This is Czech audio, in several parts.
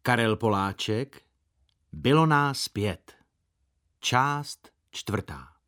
Karel Poláček, Bylo nás 5. Část 4.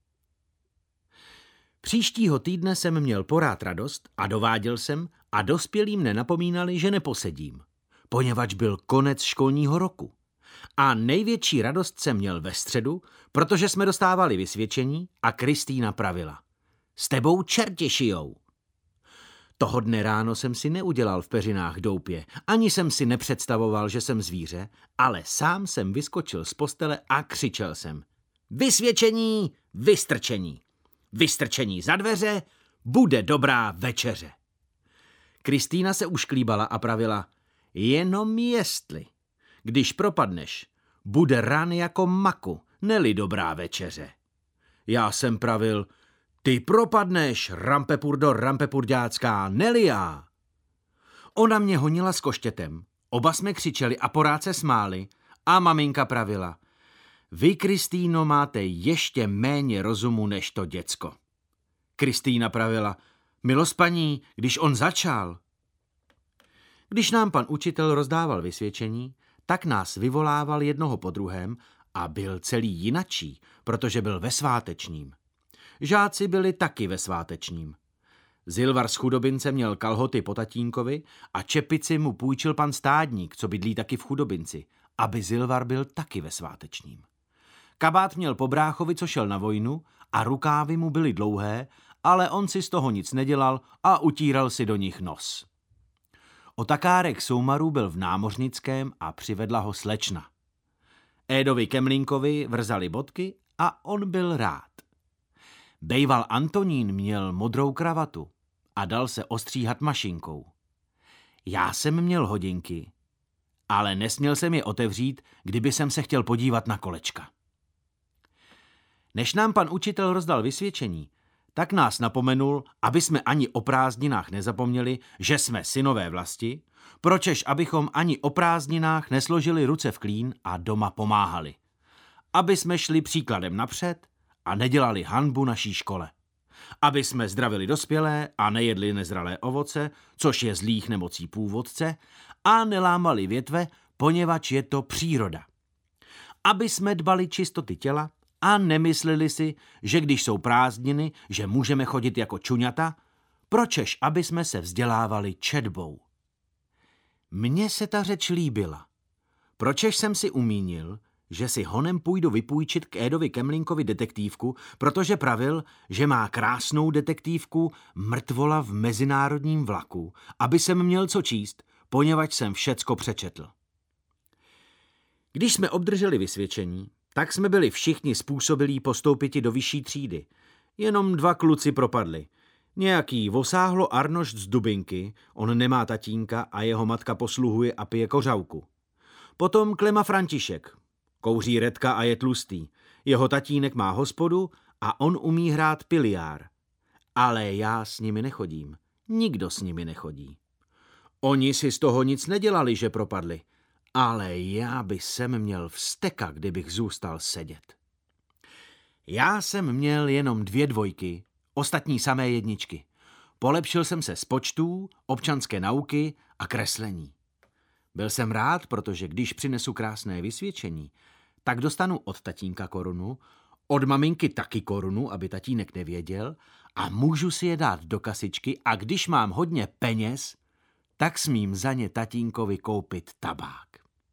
Příštího týdne jsem měl porád radost a dováděl jsem a dospělí mne napomínali, že neposedím, poněvadž byl konec školního roku. A největší radost jsem měl ve středu, protože jsme dostávali vysvědčení a Kristýna pravila: S tebou čerti šijou. Toho dne ráno jsem si neudělal v peřinách doupě, ani jsem si nepředstavoval, že jsem zvíře, ale sám jsem vyskočil z postele a křičel jsem: Vysvědčení, vystrčení. Vystrčení za dveře, bude dobrá večeře. Kristýna se ušklíbala a pravila: Jenom jestli. Když propadneš, bude ran jako maku, neli dobrá večeře. Já jsem pravil: Ty propadneš, rampepurdo rampepurďácká, neli já. Ona mě honila s koštětem, oba jsme křičeli a porád se smáli a maminka pravila: Vy, Kristýno, máte ještě méně rozumu než to děcko. Kristýna pravila: Milost paní, když on začal. Když nám pan učitel rozdával vysvědčení, tak nás vyvolával jednoho po druhém a byl celý jinačí, protože byl ve svátečním. Žáci byli taky ve svátečním. Zilvar z Chudobince měl kalhoty po tatínkovi a čepici mu půjčil pan stádník, co bydlí taky v Chudobinci, aby Zilvar byl taky ve svátečním. Kabát měl po bráchovi, co šel na vojnu, a rukávy mu byly dlouhé, ale on si z toho nic nedělal a utíral si do nich nos. Otakárek Soumarů byl v Námořnickém a přivedla ho slečna. Édovi Kemlinkovi vrzali bodky a on byl rád. Bejval Antonín měl modrou kravatu a dal se ostříhat mašinkou. Já jsem měl hodinky, ale nesměl jsem je otevřít, kdyby jsem se chtěl podívat na kolečka. Než nám pan učitel rozdal vysvědčení, tak nás napomenul, aby jsme ani o prázdninách nezapomněli, že jsme synové vlasti, pročež abychom ani o prázdninách nesložili ruce v klín a doma pomáhali. Aby jsme šli příkladem napřed a nedělali hanbu naší škole. Aby jsme zdravili dospělé a nejedli nezralé ovoce, což je zlých nemocí původce, a nelámali větve, poněvadž je to příroda. Aby jsme dbali čistoty těla a nemysleli si, že když jsou prázdniny, že můžeme chodit jako čuňata, pročež aby jsme se vzdělávali četbou. Mně se ta řeč líbila, pročež jsem si umínil, že si honem půjdu vypůjčit k Édovi Kemlinkovi detektívku, protože pravil, že má krásnou detektívku Mrtvola v mezinárodním vlaku, aby jsem měl co číst, poněvadž jsem všecko přečetl. Když jsme obdrželi vysvědčení, tak jsme byli všichni způsobilí postoupiti do vyšší třídy. Jenom 2 kluci propadli. Nějaký vosáhlo Arnošt z Dubinky, on nemá tatínka a jeho matka posluhuje a pije kořavku. Potom Klema František, kouří redka a je tlustý. Jeho tatínek má hospodu a on umí hrát piliár. Ale já s nimi nechodím. Nikdo s nimi nechodí. Oni si z toho nic nedělali, že propadli. Ale já bych sem měl vzteka, kdybych zůstal sedět. Já jsem měl jenom 2 dvojky, ostatní samé jedničky. Polepšil jsem se z počtů, občanské nauky a kreslení. Byl jsem rád, protože když přinesu krásné vysvědčení, tak dostanu od tatínka korunu, od maminky taky korunu, aby tatínek nevěděl, a můžu si je dát do kasičky a když mám hodně peněz, tak smím za ně tatínkovi koupit tabák.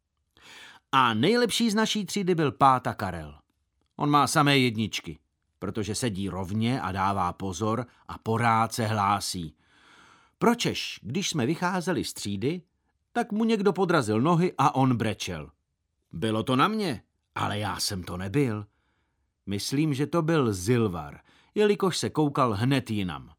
A nejlepší z naší třídy byl Páta Karel. On má samé jedničky, protože sedí rovně a dává pozor a porád se hlásí. Pročež, když jsme vycházeli z třídy, tak mu někdo podrazil nohy a on brečel. Bylo to na mě, ale já jsem to nebyl. Myslím, že to byl Zilvar, jelikož se koukal hned jinam.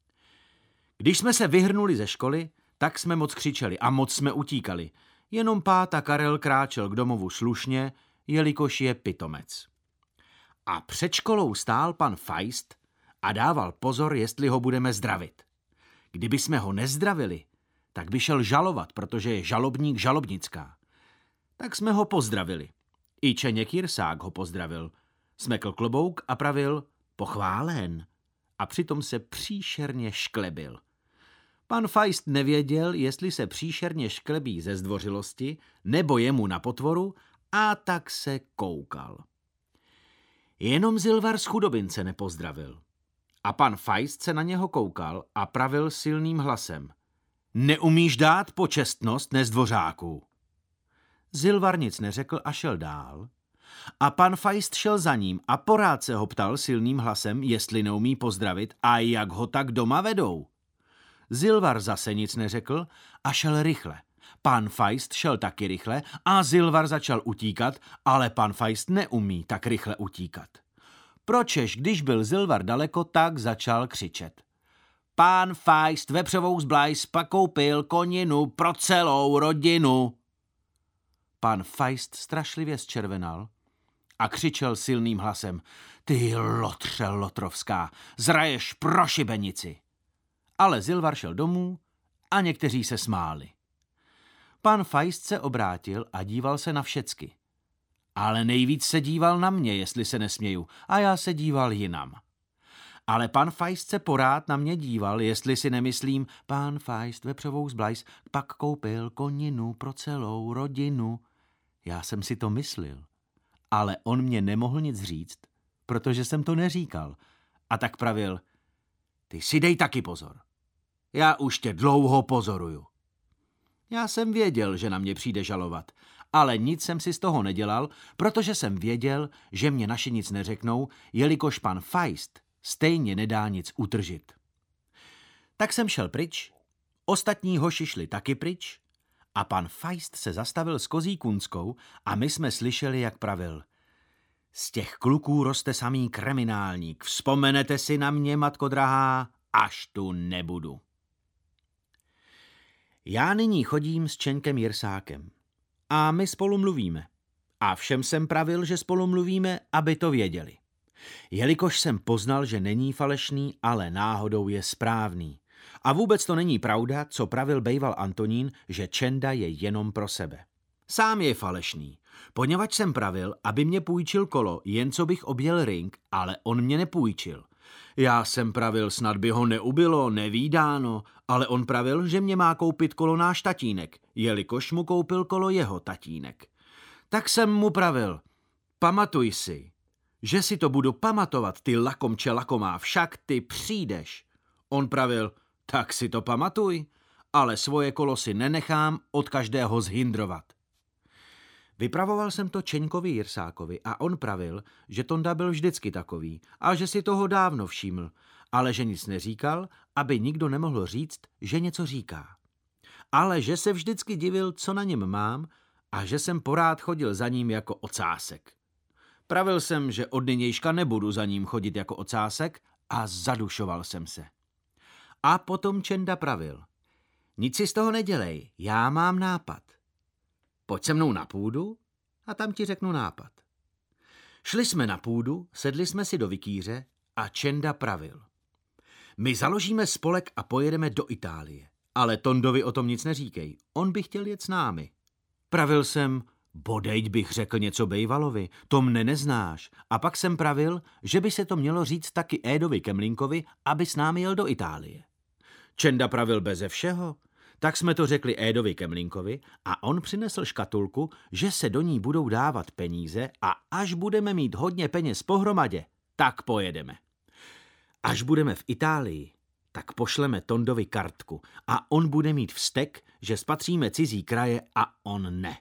Když jsme se vyhrnuli ze školy, tak jsme moc křičeli a moc jsme utíkali. Jenom Páta Karel kráčel k domovu slušně, jelikož je pitomec. A před školou stál pan Feist a dával pozor, jestli ho budeme zdravit. Kdyby jsme ho nezdravili, tak by šel žalovat, protože je žalobník žalobnická. Tak jsme ho pozdravili. I Čeněk Jirsák ho pozdravil. Smekl klobouk a pravil: Pochválen. A přitom se příšerně šklebil. Pan Feist nevěděl, jestli se příšerně šklebí ze zdvořilosti, nebo jemu na potvoru, a tak se koukal. Jenom Zilvar z chudobince nepozdravil. A pan Feist se na něho koukal a pravil silným hlasem. Neumíš dát počestnost nezdvořáků. Zilvar nic neřekl a šel dál. A pan Feist šel za ním a porád se ho ptal silným hlasem, jestli neumí pozdravit a jak ho tak doma vedou. Zilvar zase nic neřekl a šel rychle. Pan Feist šel taky rychle a Zilvar začal utíkat, ale pan Feist neumí tak rychle utíkat. Pročež, když byl Zilvar daleko, tak začal křičet. Pán Feist vepřovou zblajs pak koupil koninu pro celou rodinu. Pan Feist strašlivě zčervenal a křičel silným hlasem. Ty lotře lotrovská, zraješ pro šibenici. Ale Zilvar šel domů a někteří se smáli. Pan Feist se obrátil a díval se na všecky. Ale nejvíc se díval na mě, jestli se nesměju, a já se díval jinam. Ale pan Feist se porád na mě díval, jestli si nemyslím, pán Feist vepřovou zblajs pak koupil koninu pro celou rodinu. Já jsem si to myslil, ale on mě nemohl nic říct, protože jsem to neříkal. A tak pravil, ty si dej taky pozor. Já už tě dlouho pozoruju. Já jsem věděl, že na mě přijde žalovat, ale nic jsem si z toho nedělal, protože jsem věděl, že mě naši nic neřeknou, jelikož pan Feist stejně nedá nic utržit. Tak jsem šel pryč, ostatní hoši šli taky pryč a pan Feist se zastavil s kozí kunskou a my jsme slyšeli, jak pravil. Z těch kluků roste samý kriminálník, vzpomenete si na mě, matko drahá, až tu nebudu. Já nyní chodím s Čenkem Jirsákem a my spolu mluvíme. A všem jsem pravil, že spolu mluvíme, aby to věděli. Jelikož jsem poznal, že není falešný, ale náhodou je správný. A vůbec to není pravda, co pravil bejval Antonín, že Čenda je jenom pro sebe. Sám je falešný, poněvadž jsem pravil, aby mě půjčil kolo, jen co bych objel ring, ale on mě nepůjčil. Já jsem pravil, snad by ho neubylo, nevídáno, ale on pravil, že mě má koupit kolo náš tatínek, jelikož mu koupil kolo jeho tatínek. Tak jsem mu pravil, pamatuj si, že si to budu pamatovat, ty lakomče lakomá, však ty přijdeš. On pravil, tak si to pamatuj, ale svoje kolo si nenechám od každého zhindrovat. Vypravoval jsem to Čeňkovi Jirsákovi a on pravil, že Tonda byl vždycky takový a že si toho dávno všiml, ale že nic neříkal, aby nikdo nemohl říct, že něco říká. Ale že se vždycky divil, co na něm mám a že jsem porád chodil za ním jako ocásek. Pravil jsem, že od nynějška nebudu za ním chodit jako ocásek a zadušoval jsem se. A potom Čenda pravil. Nic si z toho nedělej, já mám nápad. Pojď se mnou na půdu a tam ti řeknu nápad. Šli jsme na půdu, sedli jsme si do vikýře a Čenda pravil. My založíme spolek a pojedeme do Itálie, ale Tondovi o tom nic neříkej, on by chtěl jet s námi. Pravil jsem, bodejť bych řekl něco bejvalovi, to mne neznáš. A pak jsem pravil, že by se to mělo říct taky Édovi Kemlinkovi, aby s námi jel do Itálie. Čenda pravil beze všeho. Tak jsme to řekli Édovi Kemlinkovi a on přinesl škatulku, že se do ní budou dávat peníze a až budeme mít hodně peněz pohromadě, tak pojedeme. Až budeme v Itálii, tak pošleme Tondovi kartku a on bude mít vztek, že spatříme cizí kraje a on ne.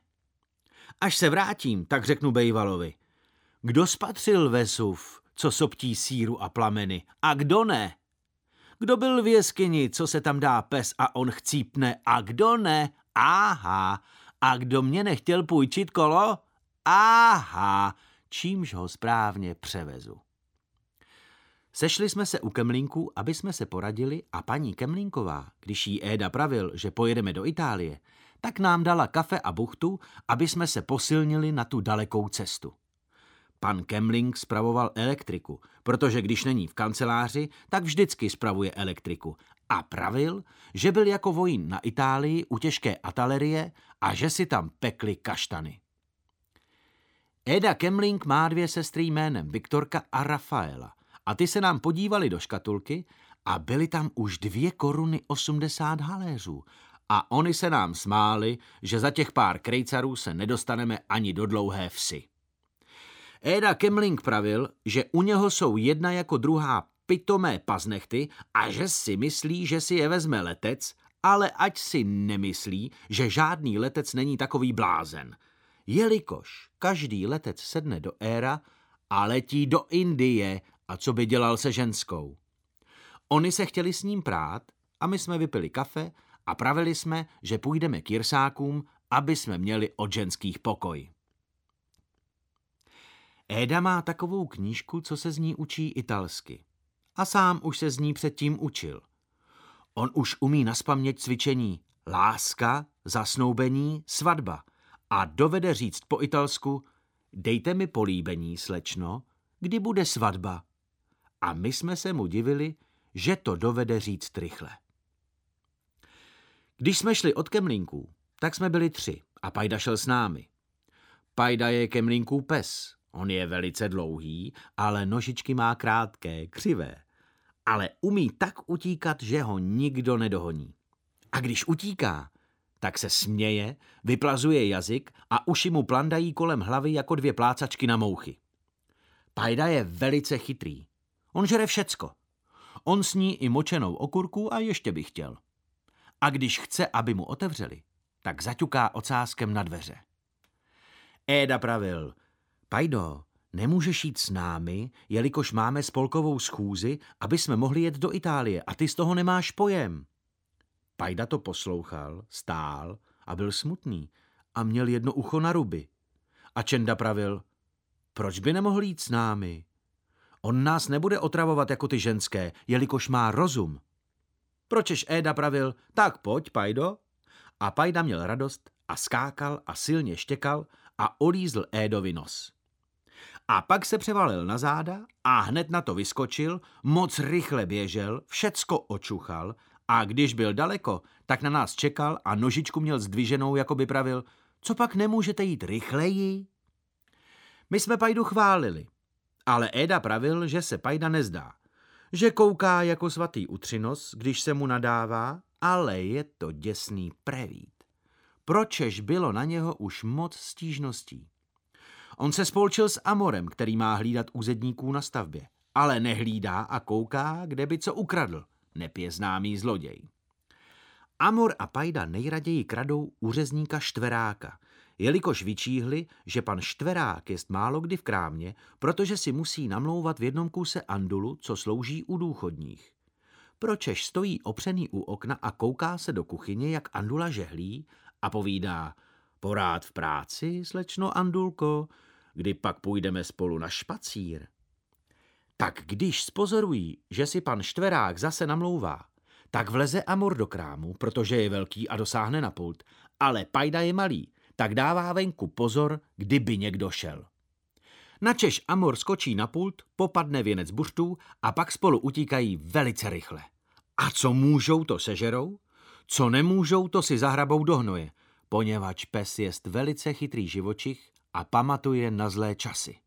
Až se vrátím, tak řeknu bejvalovi, kdo spatřil Vesuv, co soptí síru a plameny, a kdo ne? Kdo byl v jeskyni, co se tam dá pes a on chcípne, a kdo ne? Aha. A kdo mě nechtěl půjčit kolo? Aha. Čímž ho správně převezu. Sešli jsme se u Kemlínků, aby jsme se poradili a paní Kemlínková, když jí Éda pravil, že pojedeme do Itálie, tak nám dala kafe a buchtu, aby jsme se posilnili na tu dalekou cestu. Pan Kemling spravoval elektriku, protože když není v kanceláři, tak vždycky spravuje elektriku. A pravil, že byl jako vojín na Itálii u těžké atalerie a že si tam pekli kaštany. Éda Kemling má 2 sestry jménem Viktorka a Rafaela a ty se nám podívali do škatulky a byly tam už 2,80 haléřů. A oni se nám smáli, že za těch pár krejcarů se nedostaneme ani do Dlouhé Vsi. Éda Kemling pravil, že u něho jsou jedna jako druhá pitomé paznechty a že si myslí, že si je vezme letec, ale ať si nemyslí, že žádný letec není takový blázen. Jelikož každý letec sedne do éra a letí do Indie, a co by dělal se ženskou. Oni se chtěli s ním prát a my jsme vypili kafe a pravili jsme, že půjdeme k Jirsákům, aby jsme měli od ženských pokoj. Éda má takovou knížku, co se z ní učí italsky. A sám už se z ní předtím učil. On už umí nazpaměť cvičení láska, zasnoubení, svatba a dovede říct po italsku: dejte mi políbení, slečno, kdy bude svatba. A my jsme se mu divili, že to dovede říct rychle. Když jsme šli od Kemlinků, tak jsme byli 3 a Pajda šel s námi. Pajda je Kemlinků pes. On je velice dlouhý, ale nožičky má krátké, křivé. Ale umí tak utíkat, že ho nikdo nedohoní. A když utíká, tak se směje, vyplazuje jazyk a uši mu plandají kolem hlavy jako 2 plácačky na mouchy. Pajda je velice chytrý. On žere všecko. On sní i močenou okurku a ještě by chtěl. A když chce, aby mu otevřeli, tak zaťuká ocáskem na dveře. Éda pravil: Pajdo, nemůžeš jít s námi, jelikož máme spolkovou schůzi, aby jsme mohli jet do Itálie a ty z toho nemáš pojem. Pajda to poslouchal, stál a byl smutný a měl jedno ucho na ruby. A Čenda pravil: proč by nemohl jít s námi? On nás nebude otravovat jako ty ženské, jelikož má rozum. Pročež Éda pravil: tak pojď, Pajdo. A Pajda měl radost a skákal a silně štěkal a olízl Édovi nos. A pak se převalil na záda a hned na to vyskočil, moc rychle běžel, všecko očuchal a když byl daleko, tak na nás čekal a nožičku měl zdviženou, jako by pravil: co pak nemůžete jít rychleji? My jsme Pajdu chválili, ale Éda pravil, že se Pajda nezdá, že kouká jako svatý utřinos, když se mu nadává, ale je to děsný prevít. Pročež bylo na něho už moc stížností. On se spolčil s Amorem, který má hlídat úředníků na stavbě, ale nehlídá a kouká, kde by co ukradl, nepěznámý zloděj. Amor a Pajda nejraději kradou u řezníka Štveráka, jelikož vyčíhli, že pan Štverák jest málo kdy v krámě, protože si musí namlouvat v jednom kuse andulu, co slouží u důchodních. Pročež stojí opřený u okna a kouká se do kuchyně, jak andula žehlí a povídá: porád v práci, slečno Andulko, kdy pak půjdeme spolu na špacír. Tak když spozorují, že si pan Štverák zase namlouvá, tak vleze Amor do krámu, protože je velký a dosáhne na pult, ale Pajda je malý, tak dává venku pozor, kdyby někdo šel. Načež Amor skočí na pult, popadne věnec buřtů a pak spolu utíkají velice rychle. A co můžou, to sežerou, co nemůžou, to si zahrabou do hnoje, poněvadž pes jest velice chytrý živočich a pamatuje na zlé časy.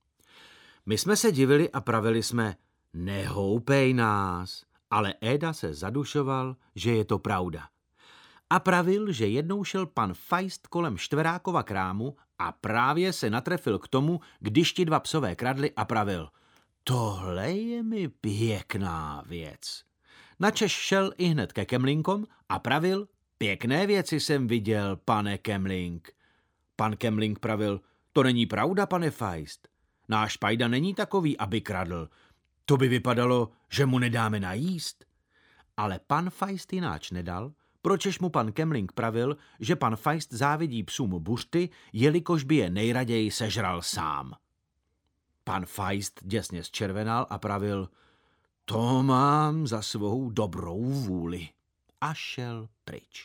My jsme se divili a pravili jsme: nehoupej nás, ale Éda se zadušoval, že je to pravda. A pravil, že jednou šel pan Feist kolem Štverákova krámu a právě se natrefil k tomu, když ti 2 psové kradli a pravil: tohle je mi pěkná věc. Načež šel i hned ke Kemlinkom a pravil: pěkné věci jsem viděl, pane Kemling. Pan Kemling pravil: to není pravda, pane Feist. Náš Pajda není takový, aby kradl. To by vypadalo, že mu nedáme najíst. Ale pan Feist jináč nedal, pročež mu pan Kemling pravil, že pan Feist závidí psům buřty, jelikož by je nejraději sežral sám. Pan Feist děsně zčervenal a pravil: to mám za svou dobrou vůli. A šel pryč.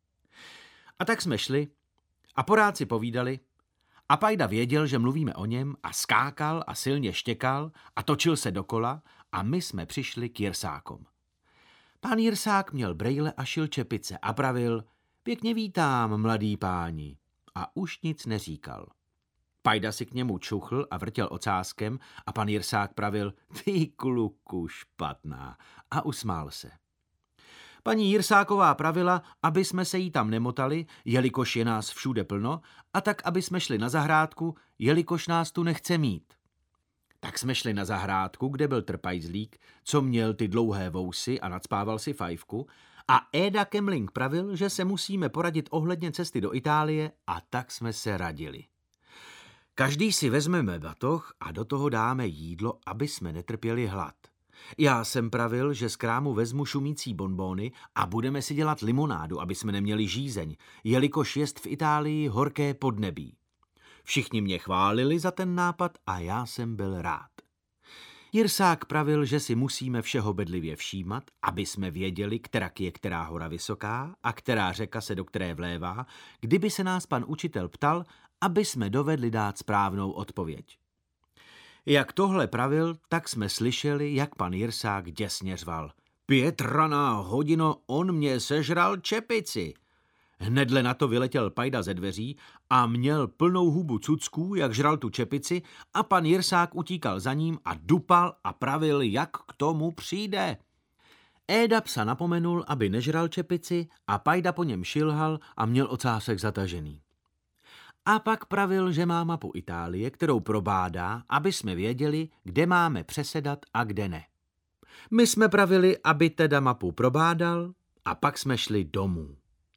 A tak jsme šli a porád si povídali a Pajda věděl, že mluvíme o něm a skákal a silně štěkal a točil se dokola a my jsme přišli k Jirsákom. Pán Jirsák měl brejle a šil čepice a pravil: pěkně vítám, mladý páni. A už nic neříkal. Pajda si k němu čuchl a vrtěl ocáskem a pan Jirsák pravil: ty kluku špatná, a usmál se. Paní Jirsáková pravila, aby jsme se jí tam nemotali, jelikož je nás všude plno, a tak, aby jsme šli na zahrádku, jelikož nás tu nechce mít. Tak jsme šli na zahrádku, kde byl trpajzlík, co měl ty dlouhé vousy a nacpával si fajfku, a Éda Kemling pravil, že se musíme poradit ohledně cesty do Itálie, a tak jsme se radili. Každý si vezmeme batoh a do toho dáme jídlo, aby jsme netrpěli hlad. Já jsem pravil, že z krámu vezmu šumící bonbóny a budeme si dělat limonádu, aby jsme neměli žízeň, jelikož jest v Itálii horké podnebí. Všichni mě chválili za ten nápad a já jsem byl rád. Jirsák pravil, že si musíme všeho bedlivě všímat, aby jsme věděli, kterak je která hora vysoká a která řeka se do které vlévá, kdyby se nás pan učitel ptal, aby jsme dovedli dát správnou odpověď. Jak tohle pravil, tak jsme slyšeli, jak pan Jirsák děsně řval: Pětraná hodino, on mě sežral čepici. Hnedle na to vyletěl Pajda ze dveří a měl plnou hubu cucků, jak žral tu čepici, a pan Jirsák utíkal za ním a dupal a pravil, jak k tomu přijde. Éda psa napomenul, aby nežral čepici, a Pajda po něm šilhal a měl ocásek zatažený. A pak pravil, že má mapu Itálie, kterou probádá, aby jsme věděli, kde máme přesedat a kde ne. My jsme pravili, aby teda mapu probádal, a pak jsme šli domů.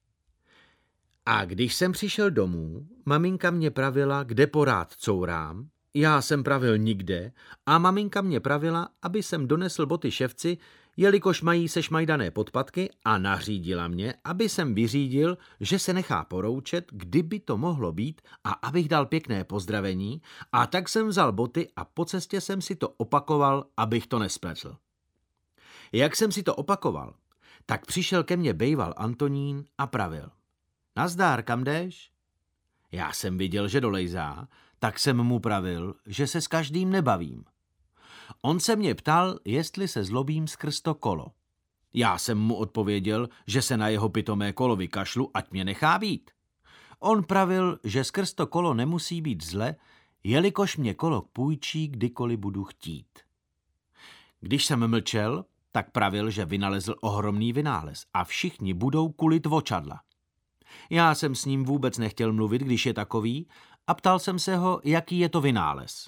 A když jsem přišel domů, maminka mě pravila, kde porád courám, já jsem pravil nikde a maminka mě pravila, aby jsem donesl boty ševci, jelikož mají sešmajdané podpatky, a nařídila mě, aby jsem vyřídil, že se nechá poroučet, kdyby to mohlo být, a abych dal pěkné pozdravení, a tak jsem vzal boty a po cestě jsem si to opakoval, abych to nespletl. Jak jsem si to opakoval, tak přišel ke mně bejval Antonín a pravil: Nazdár, kam jdeš? Já jsem viděl, že dolejzá, tak jsem mu pravil, že se s každým nebavím. On se mě ptal, jestli se zlobím skrz to kolo. Já jsem mu odpověděl, že se na jeho pitomé kolo vykašlu, ať mě nechá být. On pravil, že skrz to kolo nemusí být zle, jelikož mě kolo půjčí, kdykoliv budu chtít. Když jsem mlčel, tak pravil, že vynalezl ohromný vynález a všichni budou kulit vočadla. Já jsem s ním vůbec nechtěl mluvit, když je takový, a ptal jsem se ho, jaký je to vynález.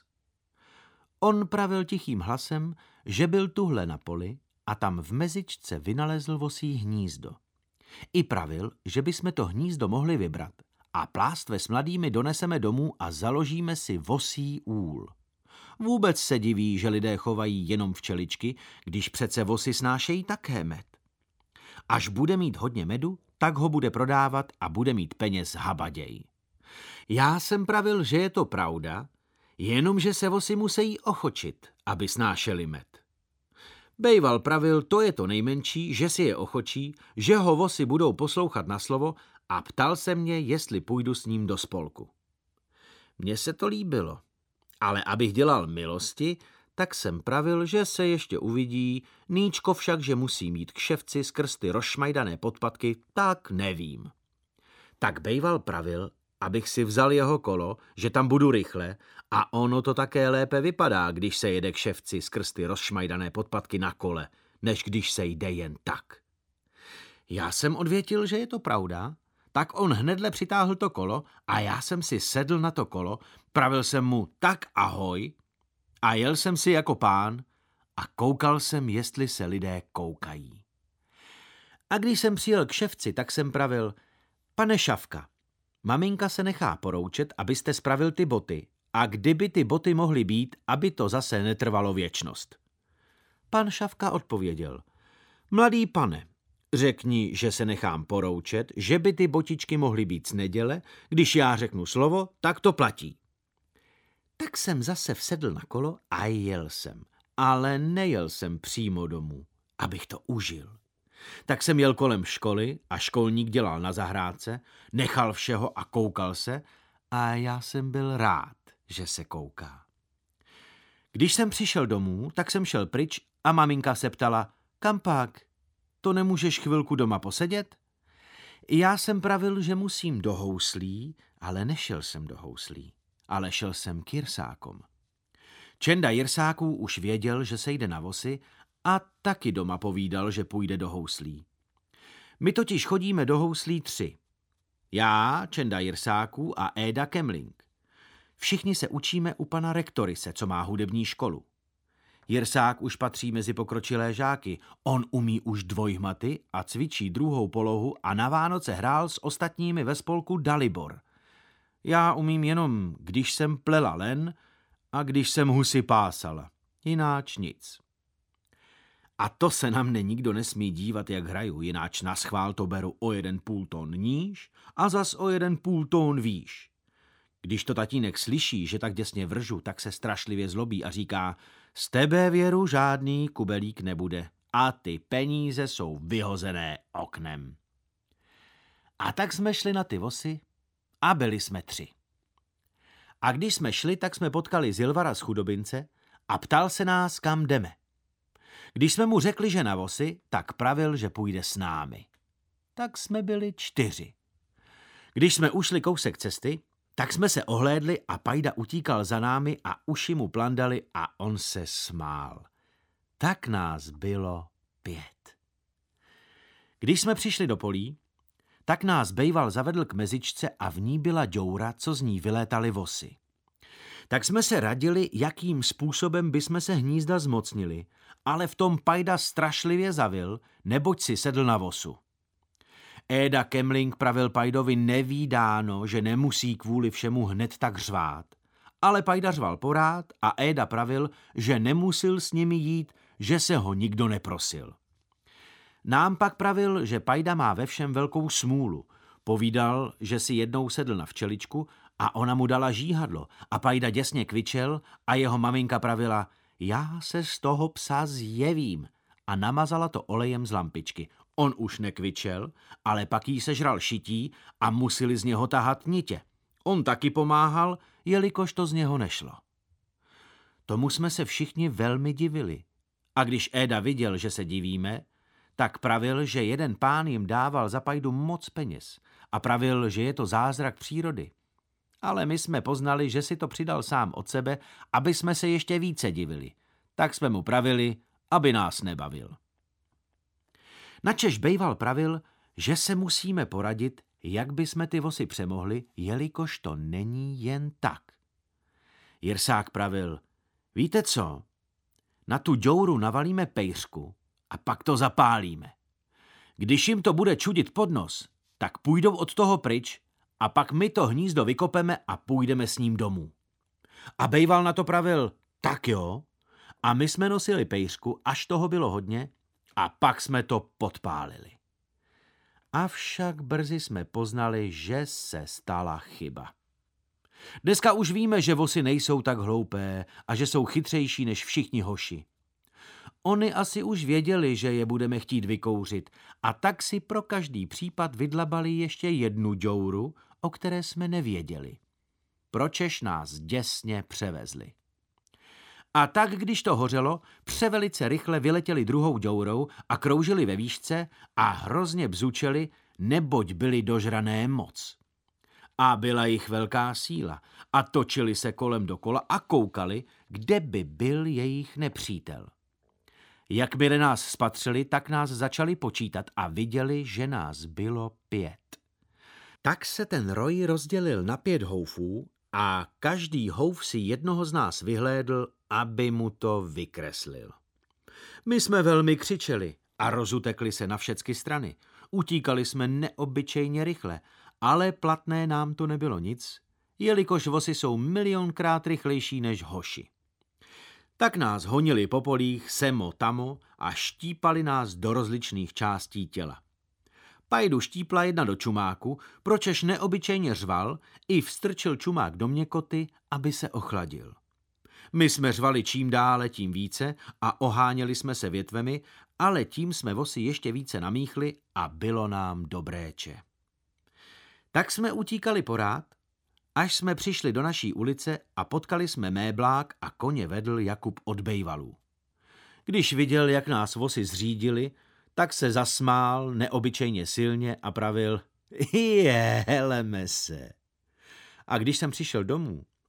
On pravil tichým hlasem, že byl tuhle na poli a tam v mezičce vynalezl vosí hnízdo. I pravil, že bychom to hnízdo mohli vybrat a plástve s mladými doneseme domů a založíme si vosí úl. Vůbec se diví, že lidé chovají jenom včeličky, když přece vosy snášejí také med. Až bude mít hodně medu, tak ho bude prodávat a bude mít peněz habaděj. Já jsem pravil, že je to pravda, jenomže se vosy musí ochočit, aby snášeli med. Bejval pravil, to je to nejmenší, že si je ochočí, že ho vosy budou poslouchat na slovo, a ptal se mě, jestli půjdu s ním do spolku. Mně se to líbilo, ale abych dělal milosti, tak jsem pravil, že se ještě uvidí, Níčko však, že musí mít k ševci skrz ty rozšmajdané podpatky, tak nevím. Tak bejval pravil, abych si vzal jeho kolo, že tam budu rychle, a ono to také lépe vypadá, když se jede k ševci skrz ty rozšmajdané podpatky na kole, než když se jde jen tak. Já jsem odvětil, že je to pravda, tak on hnedle přitáhl to kolo a já jsem si sedl na to kolo, pravil jsem mu tak ahoj a jel jsem si jako pán a koukal jsem, jestli se lidé koukají. A když jsem přijel k ševci, tak jsem pravil: Pane Šavka, maminka se nechá poroučet, abyste spravil ty boty, a kdyby ty boty mohly být, aby to zase netrvalo věčnost. Pan Šavka odpověděl: Mladý pane, řekni, že se nechám poroučet, že by ty botičky mohly být z neděle, když já řeknu slovo, tak to platí. Tak jsem zase vsedl na kolo a jel jsem, ale nejel jsem přímo domů, abych to užil. Tak jsem jel kolem školy a školník dělal na zahrádce, nechal všeho a koukal se, a já jsem byl rád, že se kouká. Když jsem přišel domů, tak jsem šel pryč a maminka se ptala: Kam pak? To nemůžeš chvilku doma posedět? Já jsem pravil, že musím do houslí, ale nešel jsem do houslí. ale šel jsem k Jirsákom. Čenda Jirsáků už věděl, že se jde na vosy a taky doma povídal, že půjde do houslí. My totiž chodíme do houslí 3. Já, Čenda Jirsáků a Éda Kemling. Všichni se učíme u pana rektorise, co má hudební školu. Jirsák už patří mezi pokročilé žáky. On umí už dvojhmaty a cvičí druhou polohu a na Vánoce hrál s ostatními ve spolku Dalibor. Já umím jenom, když jsem plela len a když jsem husy pásala. Jináč nic. A to se na mne nikdo nesmí dívat, jak hraju, jináč na schvál to beru o 1,5 tón níž a zas o 1,5 tón výš. Když to tatínek slyší, že tak děsně vržu, tak se strašlivě zlobí a říká: z tebe, Věru, žádný kubelík nebude a ty peníze jsou vyhozené oknem. A tak jsme šli na ty vosy a byli jsme 3. A když jsme šli, tak jsme potkali Zilvara z Chudobince a ptal se nás, kam jdeme. Když jsme mu řekli, že na vosy, tak pravil, že půjde s námi. Tak jsme byli 4. Když jsme ušli kousek cesty, tak jsme se ohlédli a Pajda utíkal za námi a uši mu plandali a on se smál. Tak nás bylo 5. Když jsme přišli do polí, tak nás bejval zavedl k mezičce a v ní byla děura, co z ní vylétaly vosy. Tak jsme se radili, jakým způsobem bychom se hnízda zmocnili, ale v tom Pajda strašlivě zavil, neboť si sedl na vosu. Éda Kemling pravil Pajdovi nevídáno, že nemusí kvůli všemu hned tak řvát. Ale Pajda řval porád a Éda pravil, že nemusil s nimi jít, že se ho nikdo neprosil. Nám pak pravil, že Pajda má ve všem velkou smůlu. Povídal, že si jednou sedl na včeličku a ona mu dala žíhadlo a Pajda děsně kvičel a jeho maminka pravila: já se z toho psa zjevím, a namazala to olejem z lampičky. On už nekvičel, ale pak jí sežral šití a museli z něho tahat nitě. On taky pomáhal, jelikož to z něho nešlo. Tomu jsme se všichni velmi divili. A když Éda viděl, že se divíme, tak pravil, že jeden pán jim dával za Pajdu moc peněz a pravil, že je to zázrak přírody. Ale my jsme poznali, že si to přidal sám od sebe, aby jsme se ještě více divili. Tak jsme mu pravili, aby nás nebavil. Načež bejval pravil, že se musíme poradit, jak bychom ty vosy přemohli, jelikož to není jen tak. Jirsák pravil: víte co, na tu děuru navalíme pejřku a pak to zapálíme. Když jim to bude čudit pod nos, tak půjdou od toho pryč a pak my to hnízdo vykopeme a půjdeme s ním domů. A bejval na to pravil: tak jo. A my jsme nosili pejřku, až toho bylo hodně, a pak jsme to podpálili. Avšak brzy jsme poznali, že se stala chyba. Dneska už víme, že vosy nejsou tak hloupé a že jsou chytřejší než všichni hoši. Oni asi už věděli, že je budeme chtít vykouřit, a tak si pro každý případ vydlabali ještě jednu děuru, o které jsme nevěděli. Pročež nás děsně převezli. A tak, když to hořelo, převelice rychle vyletěli druhou děurou a kroužili ve výšce a hrozně bzučeli, neboť byli dožrané moc. A byla jich velká síla a točili se kolem dokola a koukali, kde by byl jejich nepřítel. Jakmile nás spatřili, tak nás začali počítat a viděli, že nás bylo 5. Tak se ten roj rozdělil na 5 houfů a každý houf si jednoho z nás vyhlédl, aby mu to vykreslil. My jsme velmi křičeli a rozutekli se na všecky strany. Utíkali jsme neobyčejně rychle, ale platné nám to nebylo nic, jelikož vosy jsou milionkrát rychlejší než hoši. Tak nás honili po polích semo tamo a štípali nás do rozličných částí těla. Pajdu štípla jedna do čumáku, pročež neobyčejně řval, i vstrčil čumák do měkoty, aby se ochladil. My jsme řvali čím dále, tím více a oháněli jsme se větvemi, ale tím jsme vosy ještě více namíchli a bylo nám dobréče. Tak jsme utíkali porád, až jsme přišli do naší ulice a potkali jsme méblák a koně vedl Jakub od bejvalů. Když viděl, jak nás vosy zřídili, tak se zasmál neobyčejně silně a pravil: heleme se. A když jsem přišel domů,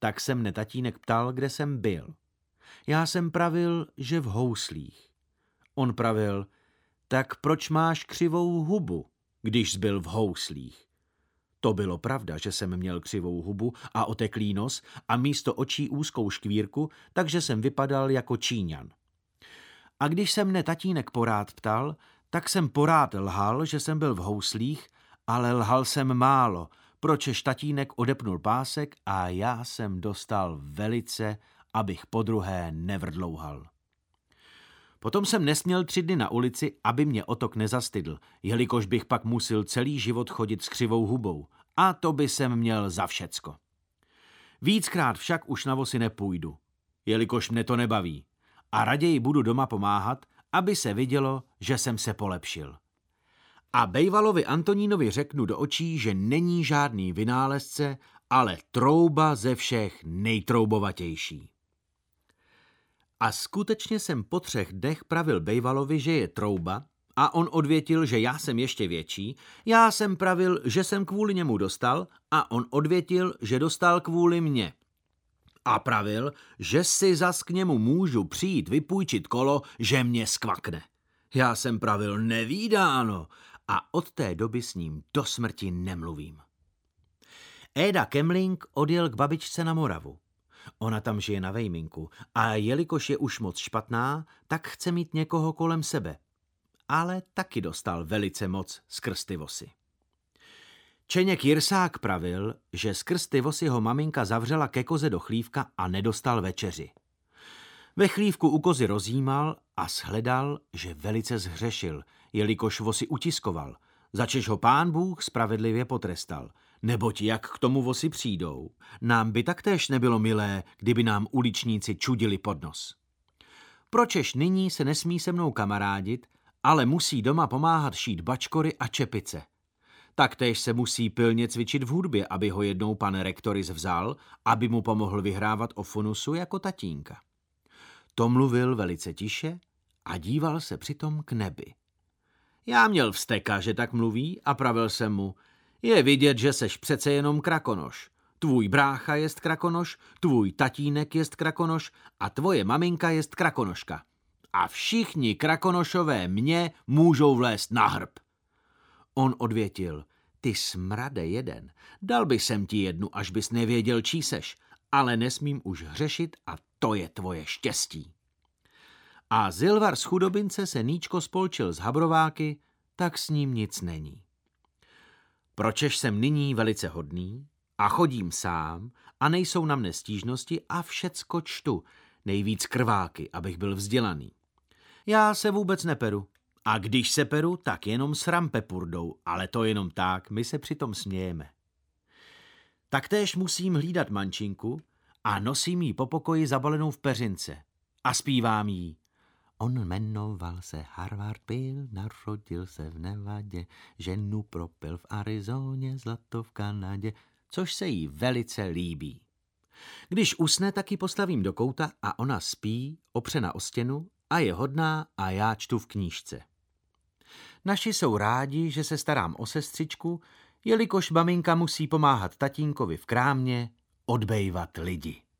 Tak se mne tatínek ptal, kde jsem byl. Já jsem pravil, že v houslích. On pravil, tak proč máš křivou hubu, když byl v houslích? To bylo pravda, že jsem měl křivou hubu a oteklý nos a místo očí úzkou škvírku, takže jsem vypadal jako Číňan. A když se mne tatínek porád ptal, tak jsem porád lhal, že jsem byl v houslích, ale lhal jsem málo, pročež tatínek odepnul pásek a já jsem dostal velice, abych podruhé nevrdlouhal. Potom jsem nesměl 3 dny na ulici, aby mě otok nezastydl, jelikož bych pak musil celý život chodit s křivou hubou. A to by jsem měl za všecko. Víckrát však už na vozy nepůjdu, jelikož mne to nebaví. A raději budu doma pomáhat, aby se vidělo, že jsem se polepšil. A bejvalovi Antonínovi řeknu do očí, že není žádný vynálezce, ale trouba ze všech nejtroubovatější. A skutečně jsem po 3 dnech pravil bejvalovi, že je trouba, a on odvětil, že já jsem ještě větší, já jsem pravil, že jsem kvůli němu dostal, a on odvětil, že dostal kvůli mně. A pravil, že si zas k němu můžu přijít vypůjčit kolo, že mě skvakne. Já jsem pravil nevídáno a od té doby s ním do smrti nemluvím. Éda Kemling odjel k babičce na Moravu. Ona tam žije na vejminku a jelikož je už moc špatná, tak chce mít někoho kolem sebe. Ale taky dostal velice moc skrz ty vosy. Čeněk Jirsák pravil, že skrz ty vosy ho maminka zavřela ke koze do chlívka a nedostal večeři. Ve chlívku u kozy rozjímal a shledal, že velice zhřešil, jelikož vosy utiskoval, začež ho Pán Bůh spravedlivě potrestal. Neboť jak k tomu vosy přijdou, nám by taktéž nebylo milé, kdyby nám uličníci čudili pod nos. Pročež nyní se nesmí se mnou kamarádit, ale musí doma pomáhat šít bačkory a čepice. Taktéž se musí pilně cvičit v hudbě, aby ho jednou pan rektoris vzal, aby mu pomohl vyhrávat o funusu jako tatínka. To mluvil velice tiše a díval se přitom k nebi. Já měl vzteka, že tak mluví, a pravil jsem mu, je vidět, že seš přece jenom krakonoš. Tvůj brácha jest krakonoš, tvůj tatínek jest krakonoš a tvoje maminka jest krakonoška. A všichni krakonošové mě můžou vlézt na hrb. On odvětil, ty smrade jeden, dal bych sem ti jednu, až bys nevěděl, čí seš, ale nesmím už hřešit a to je tvoje štěstí. A Zilvar z Chudobince se níčko spolčil s Habrováky, tak s ním nic není. Pročež jsem nyní velice hodný a chodím sám a nejsou na mne stížnosti a všecko čtu, nejvíc krváky, abych byl vzdělaný. Já se vůbec neperu. A když se peru, tak jenom s rampepurdou, ale to jenom tak, my se přitom smějeme. Taktéž musím hlídat mančinku a nosím jí po pokoji zabalenou v peřince a zpívám jí. On jmenoval se Harvard Bill, narodil se v Nevadě, ženu propil v Arizóně, zlato v Kanadě, což se jí velice líbí. Když usne, tak ji postavím do kouta a ona spí, opřena o stěnu a je hodná a já čtu v knížce. Naši jsou rádi, že se starám o sestřičku, jelikož maminka musí pomáhat tatínkovi v krámě odbejvat lidi.